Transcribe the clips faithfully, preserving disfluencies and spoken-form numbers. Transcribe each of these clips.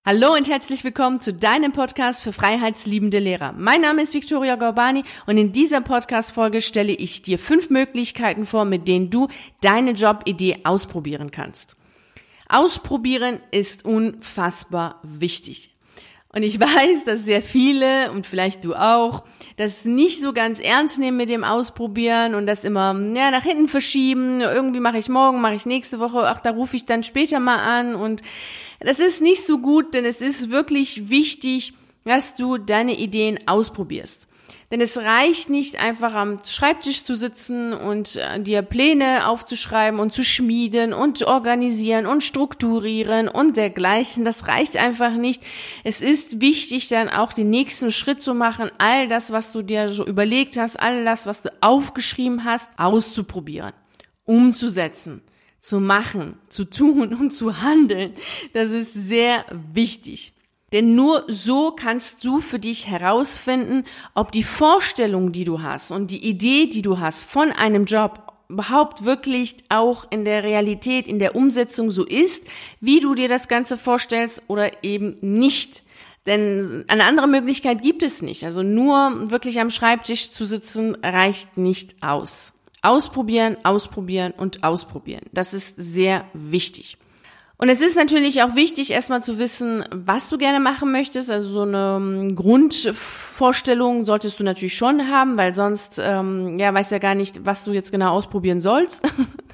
Hallo und herzlich willkommen zu deinem Podcast für freiheitsliebende Lehrer. Mein Name ist Victoria Gorbani und in dieser Podcast-Folge stelle ich dir fünf Möglichkeiten vor, mit denen du deine Jobidee ausprobieren kannst. Ausprobieren ist unfassbar wichtig. Und ich weiß, dass sehr viele und vielleicht du auch das nicht so ganz ernst nehmen mit dem Ausprobieren und das immer ja, nach hinten verschieben. Irgendwie mache ich morgen, mache ich nächste Woche, ach, da rufe ich dann später mal an. Und das ist nicht so gut, denn es ist wirklich wichtig, dass du deine Ideen ausprobierst. Denn es reicht nicht einfach am Schreibtisch zu sitzen und äh, dir Pläne aufzuschreiben und zu schmieden und organisieren und strukturieren und dergleichen. Das reicht einfach nicht. Es ist wichtig, dann auch den nächsten Schritt zu machen, all das, was du dir so überlegt hast, all das, was du aufgeschrieben hast, auszuprobieren, umzusetzen, zu machen, zu tun und zu handeln. Das ist sehr wichtig. Denn nur so kannst du für dich herausfinden, ob die Vorstellung, die du hast und die Idee, die du hast von einem Job überhaupt wirklich auch in der Realität, in der Umsetzung so ist, wie du dir das Ganze vorstellst oder eben nicht. Denn eine andere Möglichkeit gibt es nicht. Also nur wirklich am Schreibtisch zu sitzen reicht nicht aus. Ausprobieren, ausprobieren und ausprobieren. Das ist sehr wichtig. Und es ist natürlich auch wichtig, erstmal zu wissen, was du gerne machen möchtest. Also so eine Grundvorstellung solltest du natürlich schon haben, weil sonst ähm, ja weißt ja gar nicht, was du jetzt genau ausprobieren sollst.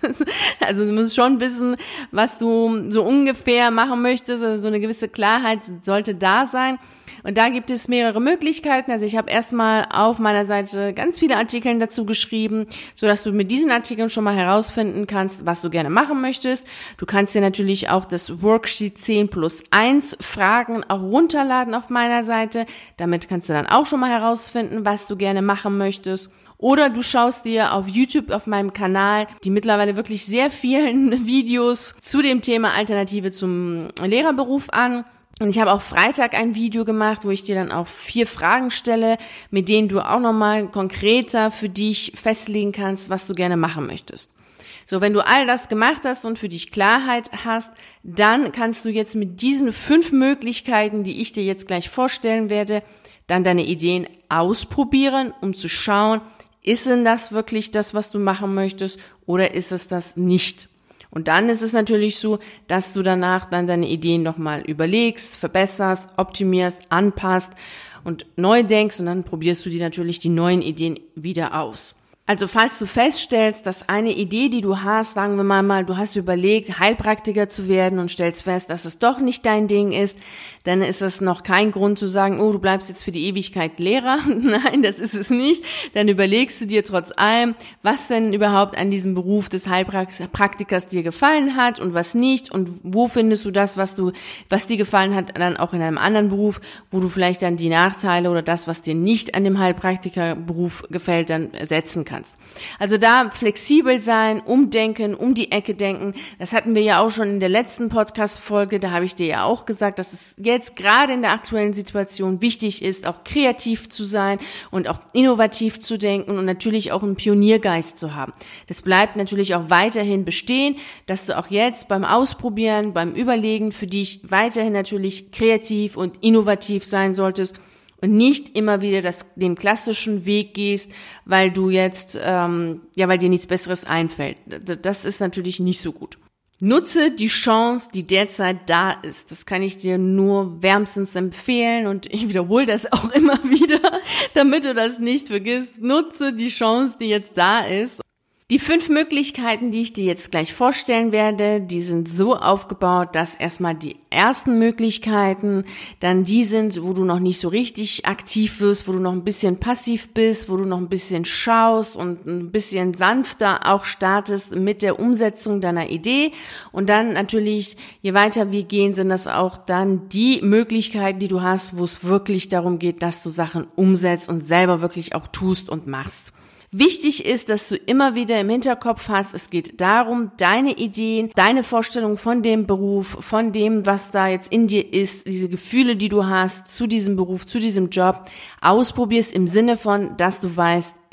Also du musst schon wissen, was du so ungefähr machen möchtest. Also so eine gewisse Klarheit sollte da sein. Und da gibt es mehrere Möglichkeiten. Also ich habe erstmal auf meiner Seite ganz viele Artikel dazu geschrieben, sodass du mit diesen Artikeln schon mal herausfinden kannst, was du gerne machen möchtest. Du kannst dir natürlich auch das Worksheet zehn plus eins Fragen auch runterladen auf meiner Seite. Damit kannst du dann auch schon mal herausfinden, was du gerne machen möchtest. Oder du schaust dir auf YouTube auf meinem Kanal die mittlerweile wirklich sehr vielen Videos zu dem Thema Alternative zum Lehrerberuf an. Und ich habe auch Freitag ein Video gemacht, wo ich dir dann auch vier Fragen stelle, mit denen du auch nochmal konkreter für dich festlegen kannst, was du gerne machen möchtest. So, wenn du all das gemacht hast und für dich Klarheit hast, dann kannst du jetzt mit diesen fünf Möglichkeiten, die ich dir jetzt gleich vorstellen werde, dann deine Ideen ausprobieren, um zu schauen, ist denn das wirklich das, was du machen möchtest, oder ist es das nicht? Und dann ist es natürlich so, dass du danach dann deine Ideen nochmal überlegst, verbesserst, optimierst, anpasst und neu denkst, und dann probierst du dir natürlich die neuen Ideen wieder aus. Also falls du feststellst, dass eine Idee, die du hast, sagen wir mal, mal, du hast überlegt, Heilpraktiker zu werden und stellst fest, dass es doch nicht dein Ding ist, dann ist es noch kein Grund zu sagen, oh, du bleibst jetzt für die Ewigkeit Lehrer. Nein, das ist es nicht. Dann überlegst du dir trotz allem, was denn überhaupt an diesem Beruf des Heilpraktikers dir gefallen hat und was nicht, und wo findest du das, was du, was dir gefallen hat, dann auch in einem anderen Beruf, wo du vielleicht dann die Nachteile oder das, was dir nicht an dem Heilpraktikerberuf gefällt, dann ersetzen kannst. Also da flexibel sein, umdenken, um die Ecke denken. Das hatten wir ja auch schon in der letzten Podcast-Folge. Da habe ich dir ja auch gesagt, dass es jetzt gerade in der aktuellen Situation wichtig ist, auch kreativ zu sein und auch innovativ zu denken und natürlich auch einen Pioniergeist zu haben. Das bleibt natürlich auch weiterhin bestehen, dass du auch jetzt beim Ausprobieren, beim Überlegen für dich weiterhin natürlich kreativ und innovativ sein solltest. Und nicht immer wieder das, den klassischen Weg gehst, weil du jetzt, ähm, ja, weil dir nichts Besseres einfällt. Das ist natürlich nicht so gut. Nutze die Chance, die derzeit da ist. Das kann ich dir nur wärmstens empfehlen, und ich wiederhole das auch immer wieder, damit du das nicht vergisst. Nutze die Chance, die jetzt da ist. Die fünf Möglichkeiten, die ich dir jetzt gleich vorstellen werde, die sind so aufgebaut, dass erstmal die ersten Möglichkeiten dann die sind, wo du noch nicht so richtig aktiv wirst, wo du noch ein bisschen passiv bist, wo du noch ein bisschen schaust und ein bisschen sanfter auch startest mit der Umsetzung deiner Idee. Und dann natürlich, je weiter wir gehen, sind das auch dann die Möglichkeiten, die du hast, wo es wirklich darum geht, dass du Sachen umsetzt und selber wirklich auch tust und machst. Wichtig ist, dass du immer wieder im Hinterkopf hast, es geht darum, deine Ideen, deine Vorstellung von dem Beruf, von dem, was da jetzt in dir ist, diese Gefühle, die du hast zu diesem Beruf, zu diesem Job, ausprobierst im Sinne von, dass du weißt,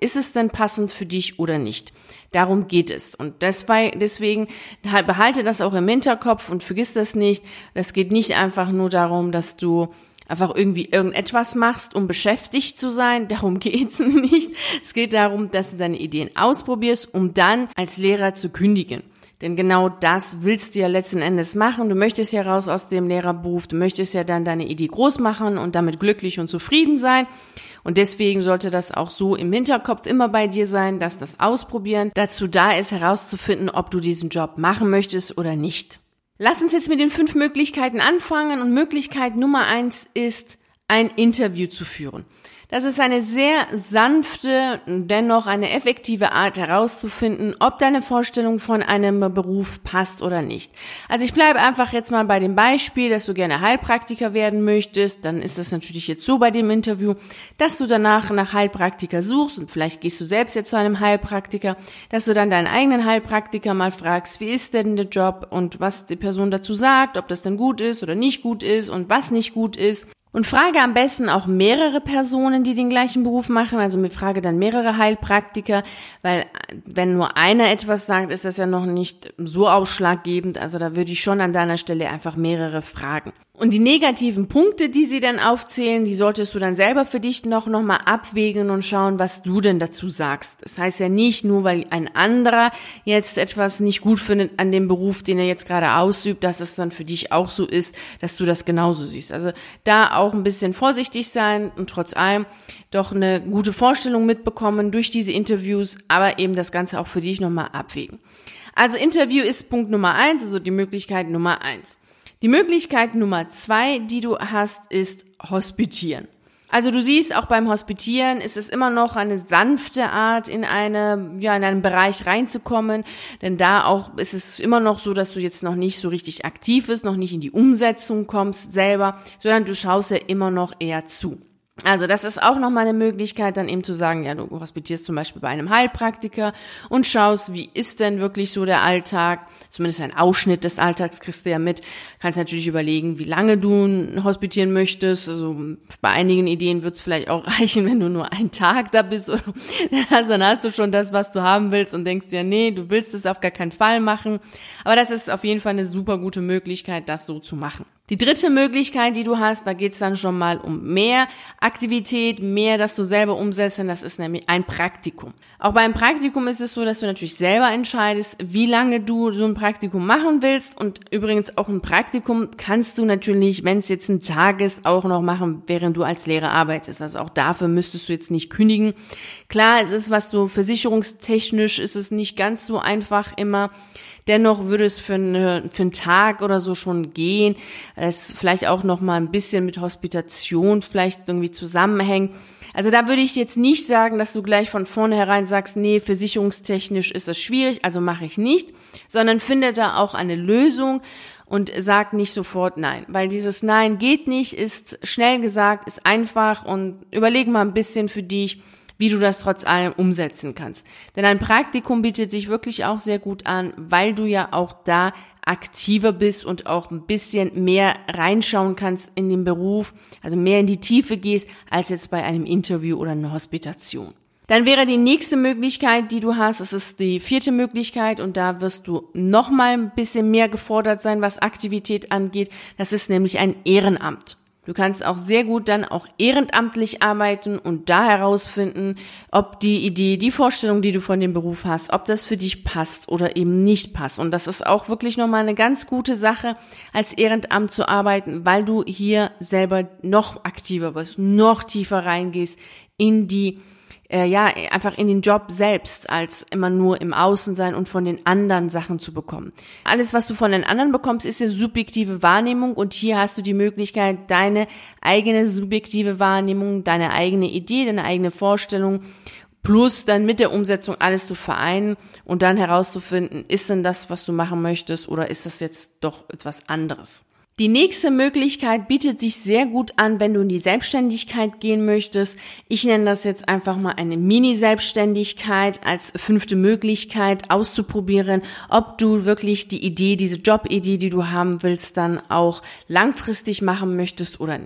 Ist es denn passend für dich oder nicht? Darum geht es. Und deswegen behalte das auch im Hinterkopf und vergiss das nicht. Das geht nicht einfach nur darum, dass du einfach irgendwie irgendetwas machst, um beschäftigt zu sein. Darum geht's nicht. Es geht darum, dass du deine Ideen ausprobierst, um dann als Lehrer zu kündigen. Denn genau das willst du ja letzten Endes machen. Du möchtest ja raus aus dem Lehrerberuf. Du möchtest ja dann deine Idee groß machen und damit glücklich und zufrieden sein. Und deswegen sollte das auch so im Hinterkopf immer bei dir sein, dass das Ausprobieren dazu da ist, herauszufinden, ob du diesen Job machen möchtest oder nicht. Lass uns jetzt mit den fünf Möglichkeiten anfangen. Und Möglichkeit Nummer eins ist, ein Interview zu führen. Das ist eine sehr sanfte, dennoch eine effektive Art herauszufinden, ob deine Vorstellung von einem Beruf passt oder nicht. Also ich bleibe einfach jetzt mal bei dem Beispiel, dass du gerne Heilpraktiker werden möchtest. Dann ist es natürlich jetzt so bei dem Interview, dass du danach nach Heilpraktiker suchst und vielleicht gehst du selbst jetzt zu einem Heilpraktiker, dass du dann deinen eigenen Heilpraktiker mal fragst, wie ist denn der Job und was die Person dazu sagt, ob das denn gut ist oder nicht gut ist und was nicht gut ist. Und frage am besten auch mehrere Personen, die den gleichen Beruf machen, also mit Frage dann mehrere Heilpraktiker, weil wenn nur einer etwas sagt, ist das ja noch nicht so ausschlaggebend, also da würde ich schon an deiner Stelle einfach mehrere fragen. Und die negativen Punkte, die sie dann aufzählen, die solltest du dann selber für dich noch noch mal abwägen und schauen, was du denn dazu sagst. Das heißt ja nicht nur, weil ein anderer jetzt etwas nicht gut findet an dem Beruf, den er jetzt gerade ausübt, dass es dann für dich auch so ist, dass du das genauso siehst. Also da auch ein bisschen vorsichtig sein und trotz allem doch eine gute Vorstellung mitbekommen durch diese Interviews, aber eben das Ganze auch für dich noch mal abwägen. Also Interview ist Punkt Nummer eins, also die Möglichkeit Nummer eins. Die Möglichkeit Nummer zwei, die du hast, ist Hospitieren. Also du siehst, auch beim Hospitieren ist es immer noch eine sanfte Art, in eine, ja, in einen Bereich reinzukommen, denn da auch ist es immer noch so, dass du jetzt noch nicht so richtig aktiv bist, noch nicht in die Umsetzung kommst selber, sondern du schaust ja immer noch eher zu. Also das ist auch nochmal eine Möglichkeit, dann eben zu sagen, ja, du hospitierst zum Beispiel bei einem Heilpraktiker und schaust, wie ist denn wirklich so der Alltag, zumindest ein Ausschnitt des Alltags kriegst du ja mit, kannst natürlich überlegen, wie lange du hospitieren möchtest, also bei einigen Ideen wird es vielleicht auch reichen, wenn du nur einen Tag da bist, oder dann hast du schon das, was du haben willst und denkst dir, nee, du willst es auf gar keinen Fall machen, aber das ist auf jeden Fall eine super gute Möglichkeit, das so zu machen. Die dritte Möglichkeit, die du hast, da geht's dann schon mal um mehr Aktivität, mehr, dass du selber umsetzt, und das ist nämlich ein Praktikum. Auch beim Praktikum ist es so, dass du natürlich selber entscheidest, wie lange du so ein Praktikum machen willst, und übrigens auch ein Praktikum kannst du natürlich, wenn es jetzt ein Tag ist, auch noch machen, während du als Lehrer arbeitest. Also auch dafür müsstest du jetzt nicht kündigen. Klar, es ist was so versicherungstechnisch, ist es nicht ganz so einfach immer. Dennoch würde es für, eine, für einen Tag oder so schon gehen. Es vielleicht auch noch mal ein bisschen mit Hospitation vielleicht irgendwie zusammenhängt. Also da würde ich jetzt nicht sagen, dass du gleich von vornherein sagst, nee, versicherungstechnisch ist es schwierig, also mache ich nicht, sondern finde da auch eine Lösung und sag nicht sofort nein. Weil dieses Nein geht nicht, ist schnell gesagt, ist einfach, und überleg mal ein bisschen für dich, wie du das trotz allem umsetzen kannst. Denn ein Praktikum bietet sich wirklich auch sehr gut an, weil du ja auch da aktiver bist und auch ein bisschen mehr reinschauen kannst in den Beruf, also mehr in die Tiefe gehst, als jetzt bei einem Interview oder einer Hospitation. Dann wäre die nächste Möglichkeit, die du hast, das ist die vierte Möglichkeit, und da wirst du noch mal ein bisschen mehr gefordert sein, was Aktivität angeht. Das ist nämlich ein Ehrenamt. Du kannst auch sehr gut dann auch ehrenamtlich arbeiten und da herausfinden, ob die Idee, die Vorstellung, die du von dem Beruf hast, ob das für dich passt oder eben nicht passt. Und das ist auch wirklich nochmal eine ganz gute Sache, als Ehrenamt zu arbeiten, weil du hier selber noch aktiver wirst, noch tiefer reingehst in die Äh, ja, einfach in den Job selbst, als immer nur im Außen sein und von den anderen Sachen zu bekommen. Alles, was du von den anderen bekommst, ist eine subjektive Wahrnehmung, und hier hast du die Möglichkeit, deine eigene subjektive Wahrnehmung, deine eigene Idee, deine eigene Vorstellung plus dann mit der Umsetzung alles zu vereinen und dann herauszufinden, ist denn das, was du machen möchtest, oder ist das jetzt doch etwas anderes? Die nächste Möglichkeit bietet sich sehr gut an, wenn du in die Selbstständigkeit gehen möchtest. Ich nenne das jetzt einfach mal eine Mini-Selbstständigkeit als fünfte Möglichkeit auszuprobieren, ob du wirklich die Idee, diese Jobidee, die du haben willst, dann auch langfristig machen möchtest oder nicht.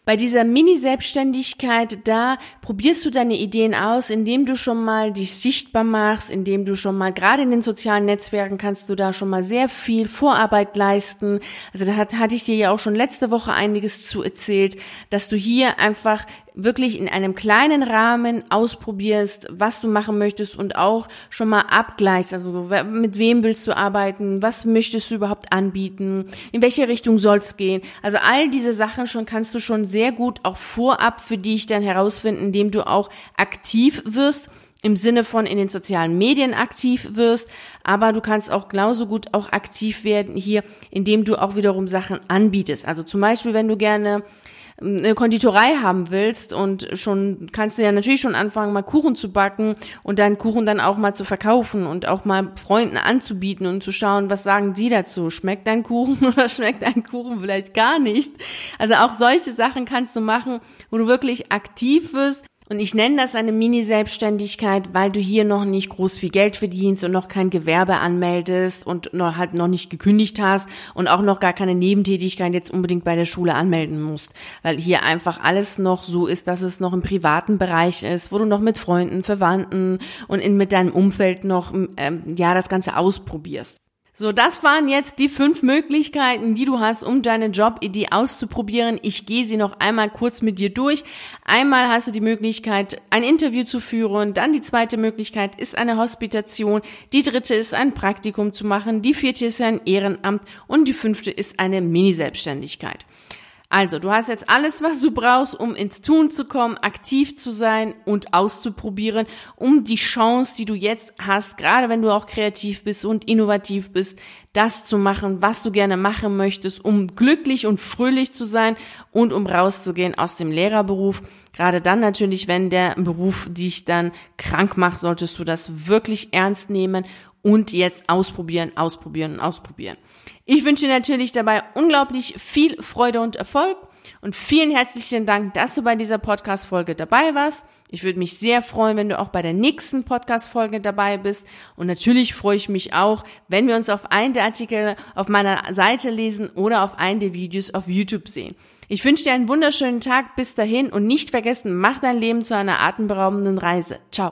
Bei dieser Mini-Selbstständigkeit, da probierst du deine Ideen aus, indem du schon mal dich sichtbar machst, indem du schon mal, gerade in den sozialen Netzwerken kannst du da schon mal sehr viel Vorarbeit leisten. Also da hat, hatte ich dir ja auch schon letzte Woche einiges zu erzählt, dass du hier einfach wirklich in einem kleinen Rahmen ausprobierst, was du machen möchtest und auch schon mal abgleichst, also mit wem willst du arbeiten, was möchtest du überhaupt anbieten, in welche Richtung soll es gehen. Also all diese Sachen schon kannst du schon sehr gut auch vorab für dich dann herausfinden, indem du auch aktiv wirst, im Sinne von in den sozialen Medien aktiv wirst, aber du kannst auch genauso gut auch aktiv werden hier, indem du auch wiederum Sachen anbietest. Also zum Beispiel, wenn du gerne eine Konditorei haben willst und schon kannst du ja natürlich schon anfangen, mal Kuchen zu backen und deinen Kuchen dann auch mal zu verkaufen und auch mal Freunden anzubieten und zu schauen, was sagen die dazu? Schmeckt dein Kuchen oder schmeckt dein Kuchen vielleicht gar nicht? Also auch solche Sachen kannst du machen, wo du wirklich aktiv wirst. Und ich nenne das eine Mini-Selbstständigkeit, weil du hier noch nicht groß viel Geld verdienst und noch kein Gewerbe anmeldest und noch halt noch nicht gekündigt hast und auch noch gar keine Nebentätigkeit jetzt unbedingt bei der Schule anmelden musst, weil hier einfach alles noch so ist, dass es noch im privaten Bereich ist, wo du noch mit Freunden, Verwandten und in, mit deinem Umfeld noch ähm, ja das Ganze ausprobierst. So, das waren jetzt die fünf Möglichkeiten, die du hast, um deine Jobidee auszuprobieren. Ich gehe sie noch einmal kurz mit dir durch. Einmal hast du die Möglichkeit, ein Interview zu führen. Dann die zweite Möglichkeit ist eine Hospitation. Die dritte ist ein Praktikum zu machen. Die vierte ist ein Ehrenamt. Und die fünfte ist eine Mini-Selbstständigkeit. Also, du hast jetzt alles, was du brauchst, um ins Tun zu kommen, aktiv zu sein und auszuprobieren, um die Chance, die du jetzt hast, gerade wenn du auch kreativ bist und innovativ bist, das zu machen, was du gerne machen möchtest, um glücklich und fröhlich zu sein und um rauszugehen aus dem Lehrerberuf. Gerade dann natürlich, wenn der Beruf dich dann krank macht, solltest du das wirklich ernst nehmen und jetzt ausprobieren, ausprobieren und ausprobieren. Ich wünsche dir natürlich dabei unglaublich viel Freude und Erfolg und vielen herzlichen Dank, dass du bei dieser Podcast-Folge dabei warst. Ich würde mich sehr freuen, wenn du auch bei der nächsten Podcast-Folge dabei bist. Und natürlich freue ich mich auch, wenn wir uns auf einen der Artikel auf meiner Seite lesen oder auf einen der Videos auf YouTube sehen. Ich wünsche dir einen wunderschönen Tag bis dahin und nicht vergessen, mach dein Leben zu einer atemberaubenden Reise. Ciao.